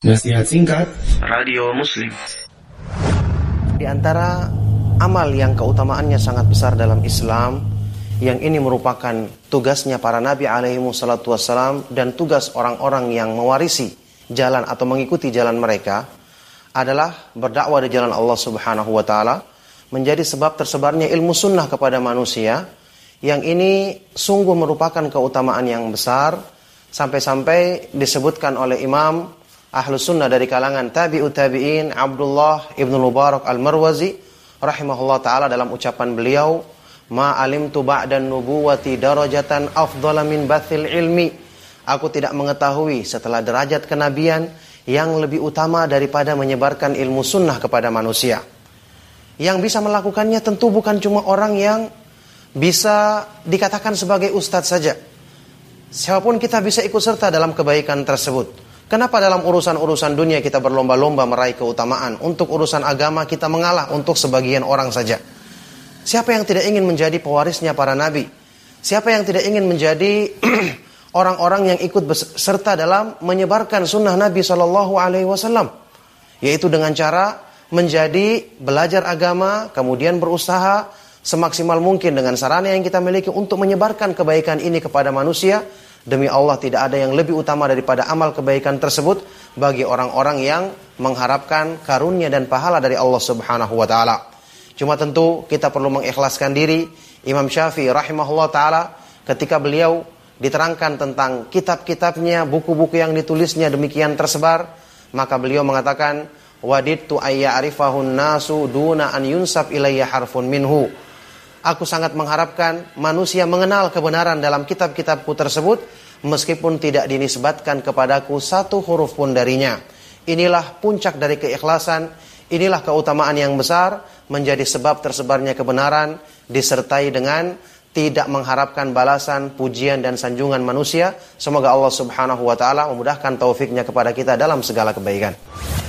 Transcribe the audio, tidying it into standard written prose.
Nasihat singkat Radio Muslim. Di antara amal yang keutamaannya sangat besar dalam Islam, yang ini merupakan tugasnya para nabi alaihi wassalatu wassalam dan tugas orang-orang yang mewarisi jalan atau mengikuti jalan mereka, adalah berdakwah di jalan Allah Subhanahu wa taala, menjadi sebab tersebarnya ilmu sunnah kepada manusia. Yang ini sungguh merupakan keutamaan yang besar, sampai-sampai disebutkan oleh Imam Ahlus Sunnah dari kalangan tabi'ut tabi'in Abdullah ibn Mubarak al-Marwazi rahimahullah ta'ala dalam ucapan beliau, ma alimtu ba'dan nubuwati darajatan afdala min bathil ilmi. Aku tidak mengetahui setelah derajat kenabian yang lebih utama daripada menyebarkan ilmu sunnah kepada manusia. Yang bisa melakukannya tentu bukan cuma orang yang bisa dikatakan sebagai ustadz saja. Siapapun kita bisa ikut serta dalam kebaikan tersebut. Kenapa dalam urusan-urusan dunia kita berlomba-lomba meraih keutamaan? Untuk urusan agama kita mengalah untuk sebagian orang saja. Siapa yang tidak ingin menjadi pewarisnya para nabi? Siapa yang tidak ingin menjadi orang-orang yang ikut serta dalam menyebarkan sunnah Nabi SAW? Yaitu dengan cara menjadi belajar agama, kemudian berusaha semaksimal mungkin dengan sarana yang kita miliki untuk menyebarkan kebaikan ini kepada manusia. Demi Allah, tidak ada yang lebih utama daripada amal kebaikan tersebut bagi orang-orang yang mengharapkan karunia dan pahala dari Allah Subhanahu wa taala. Cuma tentu kita perlu mengikhlaskan diri. Imam Syafi'i rahimahullah taala ketika beliau diterangkan tentang kitab-kitabnya, buku-buku yang ditulisnya demikian tersebar, maka beliau mengatakan, wadidtu ayya'rifahun nasu duna an yunsab ilayya harfun minhu. Aku sangat mengharapkan manusia mengenal kebenaran dalam kitab-kitabku tersebut, meskipun tidak dinisbatkan kepadaku satu huruf pun darinya. Inilah puncak dari keikhlasan, inilah keutamaan yang besar, menjadi sebab tersebarnya kebenaran, disertai dengan tidak mengharapkan balasan, pujian dan sanjungan manusia. Semoga Allah Subhanahu wa ta'ala memudahkan taufiknya kepada kita dalam segala kebaikan.